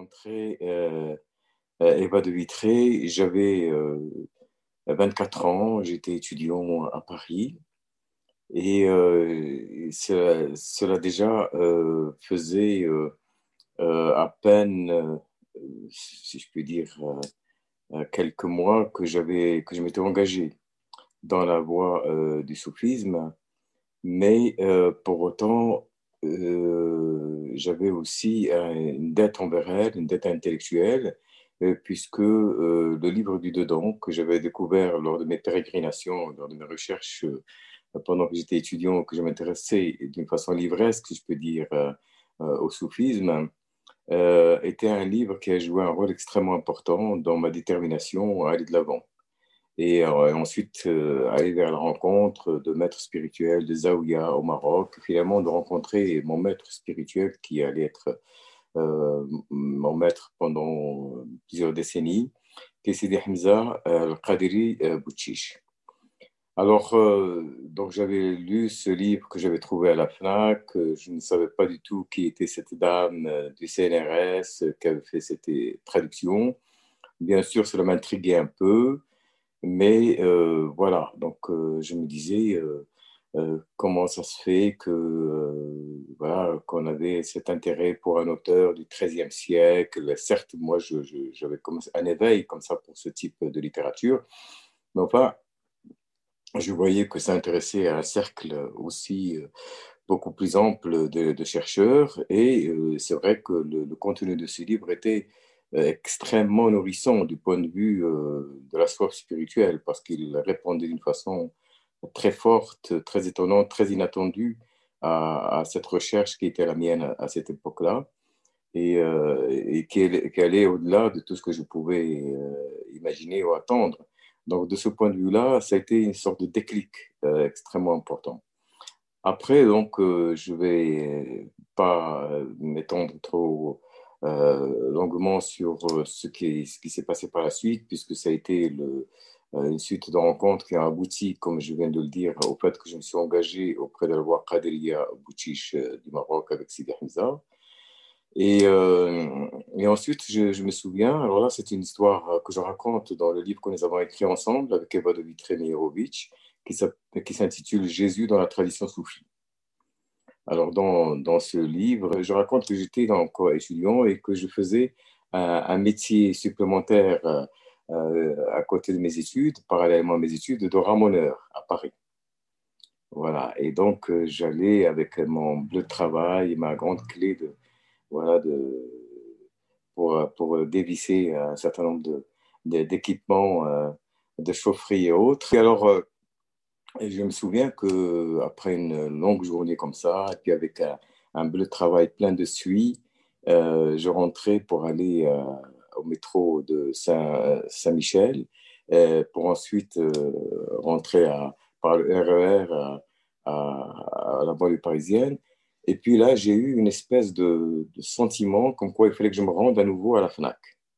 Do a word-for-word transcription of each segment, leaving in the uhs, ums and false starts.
rencontré euh, euh, Eva de Vitré. J'avais euh, vingt-quatre ans, j'étais étudiant à Paris et euh, cela, cela déjà euh, faisait euh, euh, à peine, euh, si je puis dire, euh, quelques mois que j'avais, que je m'étais engagé dans la voie euh, du soufisme, mais euh, pour autant, euh, j'avais aussi euh, une dette envers elle, une dette intellectuelle, euh, puisque euh, le livre du dedans que j'avais découvert lors de mes pérégrinations, lors de mes recherches euh, pendant que j'étais étudiant, que je m'intéressais d'une façon livresque, si je peux dire, euh, euh, au soufisme, euh, était un livre qui a joué un rôle extrêmement important dans ma détermination à aller de l'avant et euh, ensuite euh, aller vers la rencontre de maîtres spirituels de Zaouia au Maroc, finalement de rencontrer mon maître spirituel qui allait être euh, mon maître pendant plusieurs décennies, qui est Sidi Hamza euh, Al-Qadiri euh, Bouchiche. Alors, euh, donc j'avais lu ce livre que j'avais trouvé à la FNAC. Euh, Je ne savais pas du tout qui était cette dame euh, du C N R S euh, qui avait fait cette traduction. Bien sûr, cela m'intriguait un peu. Mais euh, voilà, donc euh, je me disais euh, euh, comment ça se fait que euh, voilà qu'on avait cet intérêt pour un auteur du treizième siècle. Certes, moi, je, je- j'avais commencé un éveil comme ça pour ce type de littérature, mais enfin, je voyais que ça intéressait un cercle aussi euh, beaucoup plus ample de, de chercheurs. Et euh, c'est vrai que le, le contenu de ce livre était euh, extrêmement nourrissant du point de vue euh, de la soif spirituelle, parce qu'il répondait d'une façon très forte, très étonnante, très inattendue à, à cette recherche qui était la mienne à, à cette époque-là, et, euh, et qui, est- qui allait au-delà de tout ce que je pouvais euh, imaginer ou attendre. Donc, de ce point de vue-là, ça a été une sorte de déclic euh, extrêmement important. Après, donc, euh, je vais pas euh, m'étendre trop euh, longuement sur euh, ce qui, ce qui s'est passé par la suite, puisque ça a été le, euh, une suite de rencontres qui a abouti, comme je viens de le dire, au fait que je me suis engagé auprès de la voie Qadiriya Boutiche euh, du Maroc avec Sidi Hamza. Et, euh, et ensuite, je, je me souviens, alors là, c'est une histoire euh, que je raconte dans le livre que nous avons écrit ensemble avec Eva de Vitré-Mirovic, qui s'app- qui s'intitule Jésus dans la tradition soufie. Alors, dans, dans ce livre, je raconte que j'étais encore étudiant et que je faisais un, un métier supplémentaire euh, euh, à côté de mes études, parallèlement à mes études, de ramoneur à Paris. Voilà. Et donc, euh, j'allais avec mon bleu de travail et ma grande clé de, voilà, de, pour, pour dévisser un certain nombre de, de- d'équipements euh, de chaufferie et autres. Et alors, euh, et je me souviens que après une longue journée comme ça, et puis avec un, un bleu de travail plein de suie, euh, je rentrais pour aller euh, au métro de Saint, Saint-Michel, euh, pour ensuite euh, rentrer à- par le R E R à, à- à la banlieue parisienne. Et puis là, j'ai eu une espèce de, de sentiment comme quoi il fallait que je me rende à nouveau à la FNAC.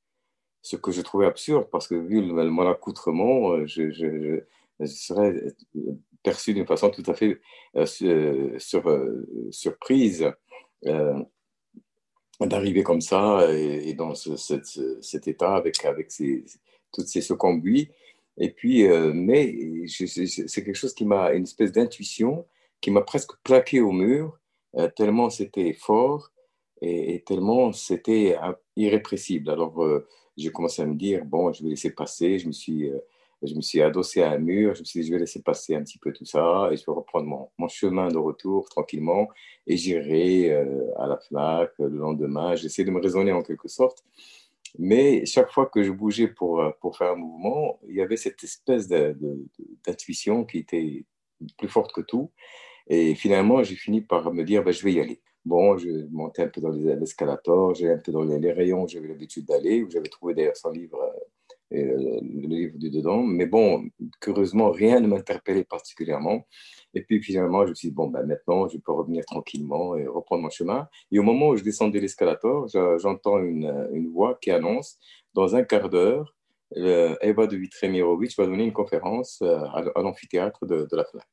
Ce que je trouvais absurde parce que vu le- mon accoutrement, euh, je, je- je- je serais perçu d'une façon tout à fait euh, su- sur, euh, surprise euh, d'arriver comme ça et, et dans ce- cette- ce- cet état avec, avec ces, toutes ces succombis. Et puis, euh, mais je- je- c'est quelque chose qui m'a, une espèce d'intuition qui m'a presque plaqué au mur, euh, tellement c'était fort et, et tellement c'était euh, irrépressible. Alors, euh, j'ai commencé à me dire, bon, je vais laisser passer. Je me suis, euh, je me suis adossé à un mur. Je me suis dit, je vais laisser passer un petit peu tout ça et je vais reprendre mon, mon chemin de retour tranquillement et j'irai euh, à la FNAC le lendemain. J'essaie de me raisonner en quelque sorte. Mais chaque fois que je bougeais pour, euh, pour faire un mouvement, il y avait cette espèce de- de- de- d'intuition qui était plus forte que tout. Et finalement, j'ai fini par me dire, ben, je vais y aller. Bon, je montais un peu dans les- l'escalator, j'allais un peu dans les, les rayons où j'avais l'habitude d'aller, où j'avais trouvé d'ailleurs son livre, euh, euh, le livre du dedans. Mais bon, curieusement, rien ne m'interpellait particulièrement. Et puis finalement, je me suis dit, bon, ben, maintenant, je peux revenir tranquillement et reprendre mon chemin. Et au moment où je descendais l'escalator, j'a- j'entends une, une voix qui annonce, dans un quart d'heure, euh, Eva de Vitré-Mirovic va donner une conférence euh, à, à l'amphithéâtre de, de la FNAC.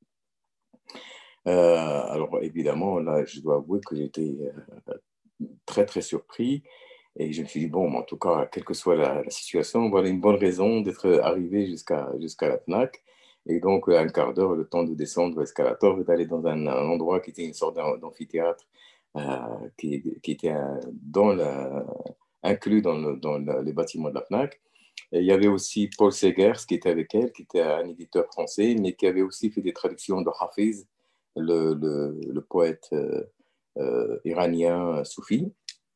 Euh, alors évidemment, là, je dois avouer que j'étais euh, très très surpris Et je me suis dit, bon, en tout cas, quelle que soit la, la situation, voilà une bonne raison d'être arrivé jusqu'à jusqu'à la FNAC. Et donc, un quart d'heure, le temps de descendre l'escalator et d'aller dans un, un endroit qui était une sorte d'amphithéâtre euh, qui, qui était euh, dans la, inclus dans, le, dans le, les bâtiments de la FNAC. Et il y avait aussi Paul Segers qui était avec elle, qui était un éditeur français, mais qui avait aussi fait des traductions de Hafiz, le, le, le poète euh, euh, iranien soufi.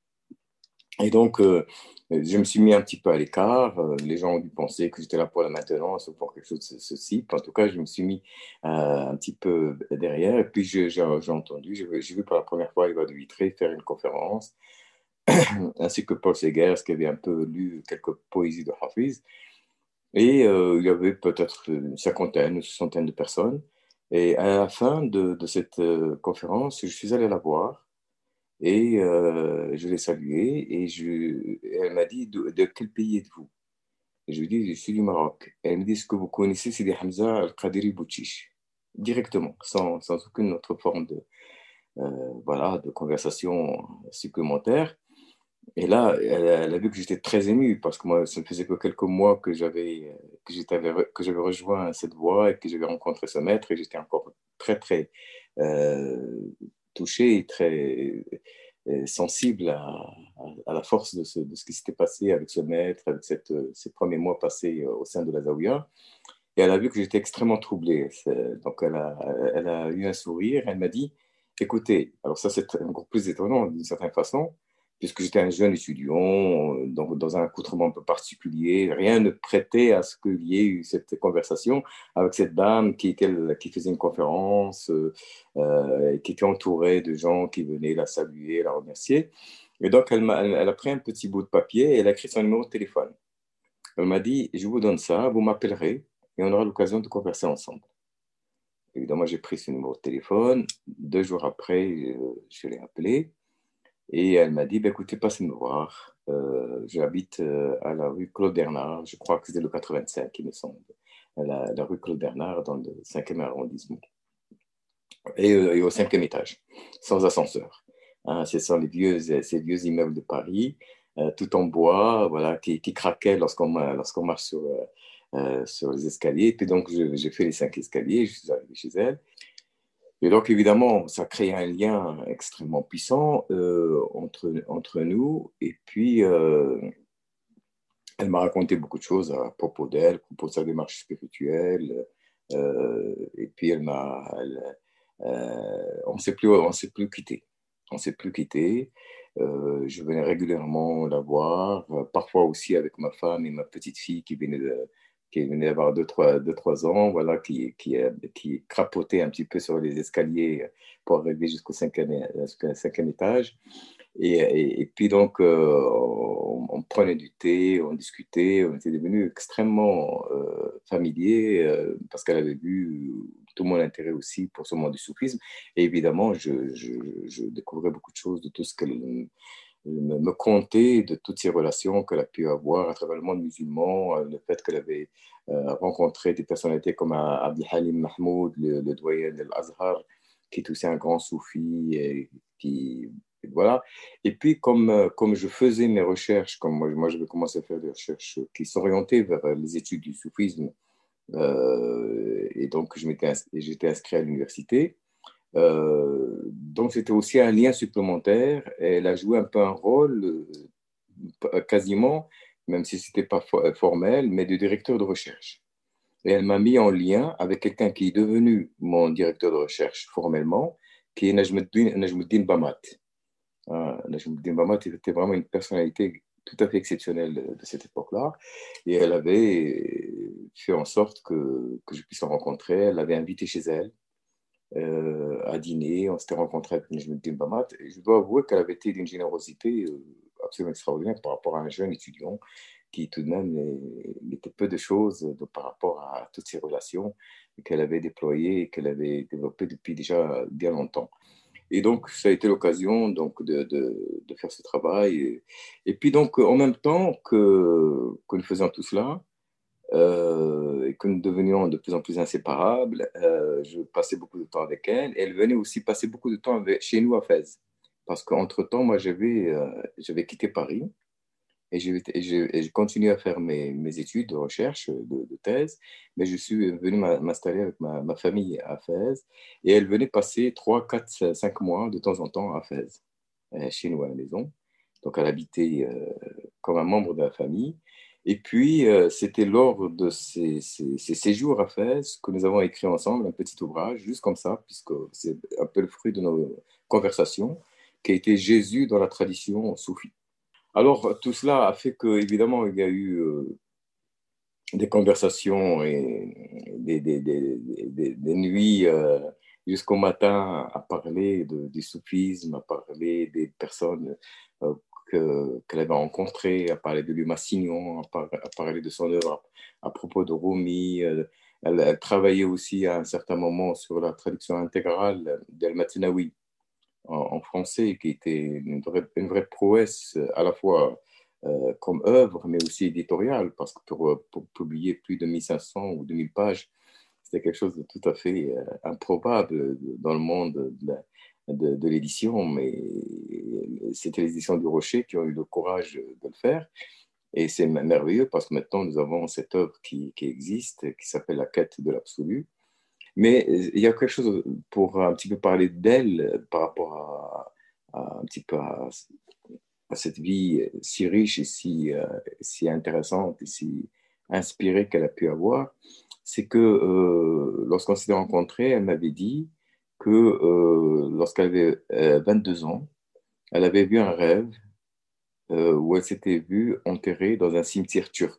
Et donc, euh, je me suis mis un petit peu à l'écart. Euh, les gens ont dû penser que j'étais là pour la maintenance ou pour quelque chose de ce, ce type. En tout cas, je me suis mis euh, un petit peu derrière. Et puis, j'ai, j'ai, j'ai entendu, j'ai, j'ai vu pour la première fois Éva de Vitré faire une conférence, ainsi que Paul Segers, qui avait un peu lu quelques poésies de Hafiz. Et euh, il y avait peut-être une cinquantaine, une soixantaine de personnes. Et à la fin de, de cette euh, conférence, je suis allé la voir. Et euh, je l'ai saluée et je, elle m'a dit de, de quel pays êtes-vous? Et je lui ai dit je suis du Maroc. Et elle me dit ce que vous connaissez, c'est des Hamza Al-Qadiri Bouchiche. Directement, sans, sans aucune autre forme de, euh, voilà, de conversation supplémentaire. Et là, elle, elle a vu que j'étais très ému parce que moi, ça ne faisait que quelques mois que j'avais, que j'étais, que j'avais rejoint cette voie et que j'avais rencontré ce maître et j'étais encore très, très euh, touché et très euh, sensible à, à, la force de ce, de ce qui s'était passé avec ce maître, avec cette, ces premiers mois passés au sein de la Zawiya. Et elle a vu que j'étais extrêmement troublé. Donc, elle a, elle a eu un sourire. Elle m'a dit, écoutez, alors ça, c'est encore plus étonnant d'une certaine façon, puisque j'étais un jeune étudiant, donc dans un accoutrement un peu particulier. Rien ne prêtait à ce qu'il y ait eu cette conversation avec cette dame qui, qui, qui faisait une conférence, euh, qui était entourée de gens qui venaient la saluer, la remercier. Et donc, elle, m'a, elle, elle a pris un petit bout de papier et elle a écrit son numéro de téléphone. Elle m'a dit, je vous donne ça, vous m'appellerez et on aura l'occasion de converser ensemble. Évidemment, j'ai pris ce numéro de téléphone. Deux jours après, euh, je l'ai appelé et elle m'a dit, bah, écoutez, passez me voir. Euh, j'habite euh, à la rue Claude Bernard, je crois que c'était le quatre-vingt-cinq, il me semble, à la, la rue Claude Bernard, dans le cinquième arrondissement, et, euh, et au cinquième étage, sans ascenseur. Hein, ce sont les vieux, ces vieux immeubles de Paris, euh, tout en bois, voilà, qui, qui craquaient lorsqu'on, lorsqu'on marche sur, euh, euh, sur les escaliers. Et puis donc, je- j'ai fait les cinq escaliers, je suis arrivé chez elle. Et donc, évidemment, ça crée un lien extrêmement puissant euh, entre, entre nous. Et puis, euh, elle m'a raconté beaucoup de choses à propos d'elle, à propos de sa démarche spirituelle. Euh, et puis, elle m'a, elle, euh, on ne s'est plus, on s'est plus quitté. On ne s'est plus quitté. Euh, je venais régulièrement la voir, euh, parfois aussi avec ma femme et ma petite fille qui venait de, qui venait d'avoir deux, trois, deux, trois ans, voilà, qui, qui, qui crapotait un petit peu sur les escaliers pour arriver jusqu'au cinquième, jusqu'au cinquième étage. Et, et, et, puis donc, euh, on, on, prenait du thé, on discutait, on était devenus extrêmement euh, familiers euh, parce qu'elle avait vu tout mon intérêt aussi pour ce monde du soufisme. Et évidemment, je, je, je découvrais beaucoup de choses de tout ce qu'elle me, me contait, de toutes ces relations qu'elle a pu avoir à travers le monde musulman, le fait qu'elle avait euh, rencontré des personnalités comme Abdelhalim Mahmoud, le, le doyen de l'Azhar, qui est aussi un grand soufi et qui voilà. Et puis, comme, euh, comme je faisais mes recherches, comme moi, moi j'avais commencé à faire des recherches qui s'orientaient vers les études du soufisme, euh, et donc je m'étais ins- j'étais inscrit à l'université. Euh, donc, c'était aussi un lien supplémentaire. Elle a joué un peu un rôle, euh, quasiment, même si ce n'était pas fo- formel, mais de directeur de recherche. Et elle m'a mis en lien avec quelqu'un qui est devenu mon directeur de recherche formellement, qui est Najmuddin, Najmuddin Bamat. Euh, Najmuddin Mamat était vraiment une personnalité tout à fait exceptionnelle de, de cette époque-là. Et elle avait fait en sorte que, que je puisse la rencontrer. Elle l'avait invité chez elle euh, à dîner. On s'était rencontrés avec Najmuddin Mamat. Et je dois avouer qu'elle avait été d'une générosité euh, absolument extraordinaire par rapport à un jeune étudiant qui tout de même n'était peu de choses de, par rapport à toutes ces relations qu'elle avait déployées et qu'elle avait développées depuis déjà bien longtemps. Et donc, ça a été l'occasion donc de, de, de, faire ce travail. Et, et, puis donc, en même temps que, que nous faisions tout cela, euh, et que nous devenions de plus en plus inséparables, euh, je passais beaucoup de temps avec elle. Et elle venait aussi passer beaucoup de temps avec, chez nous à Fès. Parce qu'entre-temps, moi, j'avais, euh, j'avais quitté Paris. et j'ai, et j'ai, et j'ai continué à faire mes, mes études de recherche, de, de thèse, mais je suis venu m'a- m'installer avec ma, ma famille à Fès, et elle venait passer trois, quatre, cinq mois de temps en temps à Fès, euh, chez nous à la maison. Donc elle habitait euh, comme un membre de la famille. Et puis, euh, c'était lors de ces, ces- ces séjours à Fès que nous avons écrit ensemble un petit ouvrage, juste comme ça, puisque c'est un peu le fruit de nos conversations, qui a été Jésus dans la tradition soufie. Alors, tout cela a fait que, évidemment, il y a eu euh, des conversations et des, des, des, des, des nuits euh, jusqu'au matin à parler de, du soufisme, à parler des personnes euh, que, qu'elle avait rencontrées, à parler de Luma Signon, à, par, à parler de son œuvre à, à propos de Rumi. Euh, elle, elle travaillait aussi à un certain moment sur la traduction intégrale d'El Matinaoui en, en français, qui était une vraie, une vraie prouesse à la fois euh, comme œuvre, mais aussi éditoriale, parce que pour, pour publier plus de mille cinq cents ou deux mille pages, c'était quelque chose de tout à fait euh, improbable dans le monde de, la- de, de l'édition, mais c'était les éditions du Rocher qui ont eu le courage de le faire. Et c'est merveilleux parce que maintenant nous avons cette œuvre qui, qui existe, qui s'appelle La quête de l'absolu. Mais euh, il y a quelque chose pour un petit peu parler d'elle euh, par rapport à, à un petit peu à, à cette vie si riche et si, euh, si intéressante et si inspirée qu'elle a pu avoir. C'est que euh, lorsqu'on s'était rencontrés, elle m'avait dit que euh, lorsqu'elle avait euh, vingt-deux ans, elle avait vu un rêve euh, où elle s'était vue enterrée dans un cimetière turc.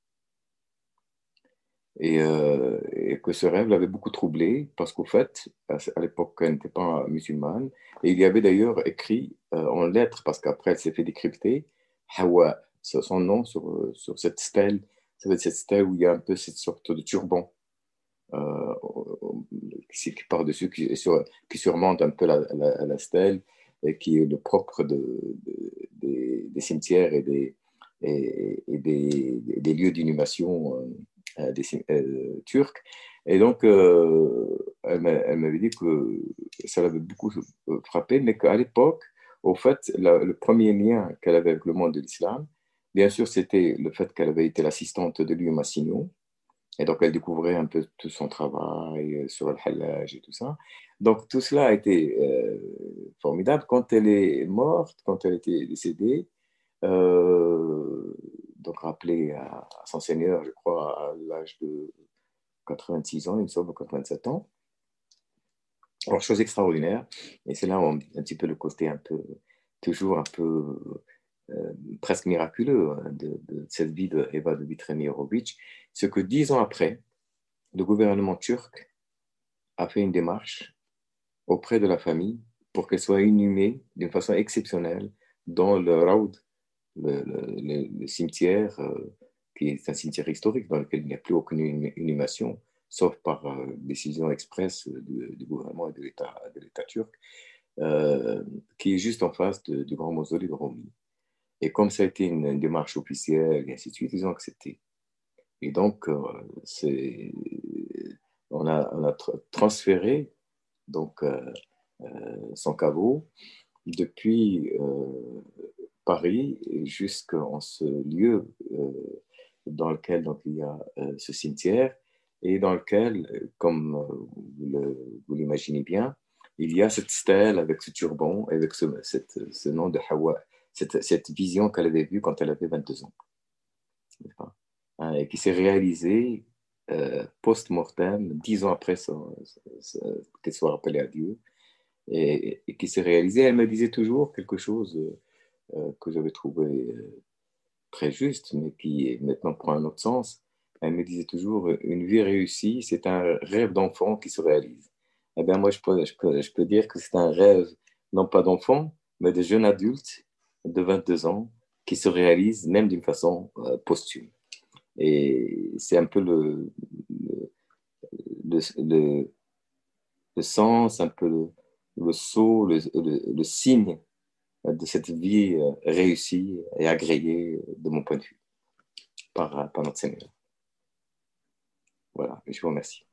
Et, euh, et que ce rêve l'avait beaucoup troublée parce qu'au fait, à, à l'époque, elle n'était pas musulmane. Et il y avait d'ailleurs écrit euh, en lettres, parce qu'après elle s'est fait décrypter, Hawa, c'est son nom sur, euh, sur cette stèle. Ça va être cette stèle où il y a un peu cette sorte de turban euh, qui, qui par-dessus, qui, sur, qui surmonte un peu la, la, la stèle, et qui est le propre de, de- des, des cimetières et des, et, et des, des lieux d'inhumation euh, des, euh, turcs. Et donc, euh, elle m'a- elle m'avait dit que ça l'avait beaucoup frappé, mais qu'à l'époque, au fait, la- le premier lien qu'elle avait avec le monde de l'islam, bien sûr, c'était le fait qu'elle avait été l'assistante de Louis Massignon, et donc, elle découvrait un peu tout son travail euh, sur le halaj et tout ça. Donc, tout cela a été euh, formidable. Quand elle est morte, quand elle était décédée, euh, donc rappelée à, à son Seigneur, je crois, à l'âge de quatre-vingt-six ans, il me semble, quatre-vingt-sept ans. Alors, chose extraordinaire, et c'est là où on, un petit peu le côté un peu, toujours un peu euh, presque miraculeux hein, de, de cette vie de Eva de Vitremirovic, ce que dix ans après, le gouvernement turc a fait une démarche auprès de la famille pour qu'elle soit inhumée d'une façon exceptionnelle dans le Raoud, le, le- le- le cimetière, euh, qui est un cimetière historique dans lequel il n'y a plus aucune inhumation, sauf par euh, décision express du, du gouvernement et de l'État, de l'État turc, euh, qui est juste en face de- du grand mausolée de Rumi. Et comme ça a été une, une démarche officielle et ainsi de suite, ils ont accepté. Et donc, euh, c'est, on a, on a tra- transféré donc, euh, euh, son caveau depuis euh, Paris jusqu'en ce lieu euh, dans lequel donc, il y a euh, ce cimetière et dans lequel, euh, comme euh, vous le- vous l'imaginez bien, il y a cette stèle avec ce turban, avec ce, cette- ce nom de Hawa, cette, cette vision qu'elle avait vue quand elle avait vingt-deux ans, n'est-ce pas? Hein, et qui s'est réalisée euh, post-mortem, dix ans après son- son- qu'elle soit rappelée à Dieu, et, et qui s'est réalisée. Elle me disait toujours quelque chose euh, que j'avais trouvé euh, très juste, mais qui maintenant prend un autre sens. Elle me disait toujours, une vie réussie, c'est un rêve d'enfant qui se réalise. Eh bien, moi, je peux, je peux, je peux dire que c'est un rêve, non pas d'enfant, mais de jeune adulte de vingt-deux ans qui se réalise même d'une façon euh, posthume. Et c'est un peu le, le, le, le- le sens, un peu le, le saut, le, le, le signe de cette vie euh, réussie et agréée euh, de mon point de vue par, par notre Seigneur. Voilà, je vous remercie.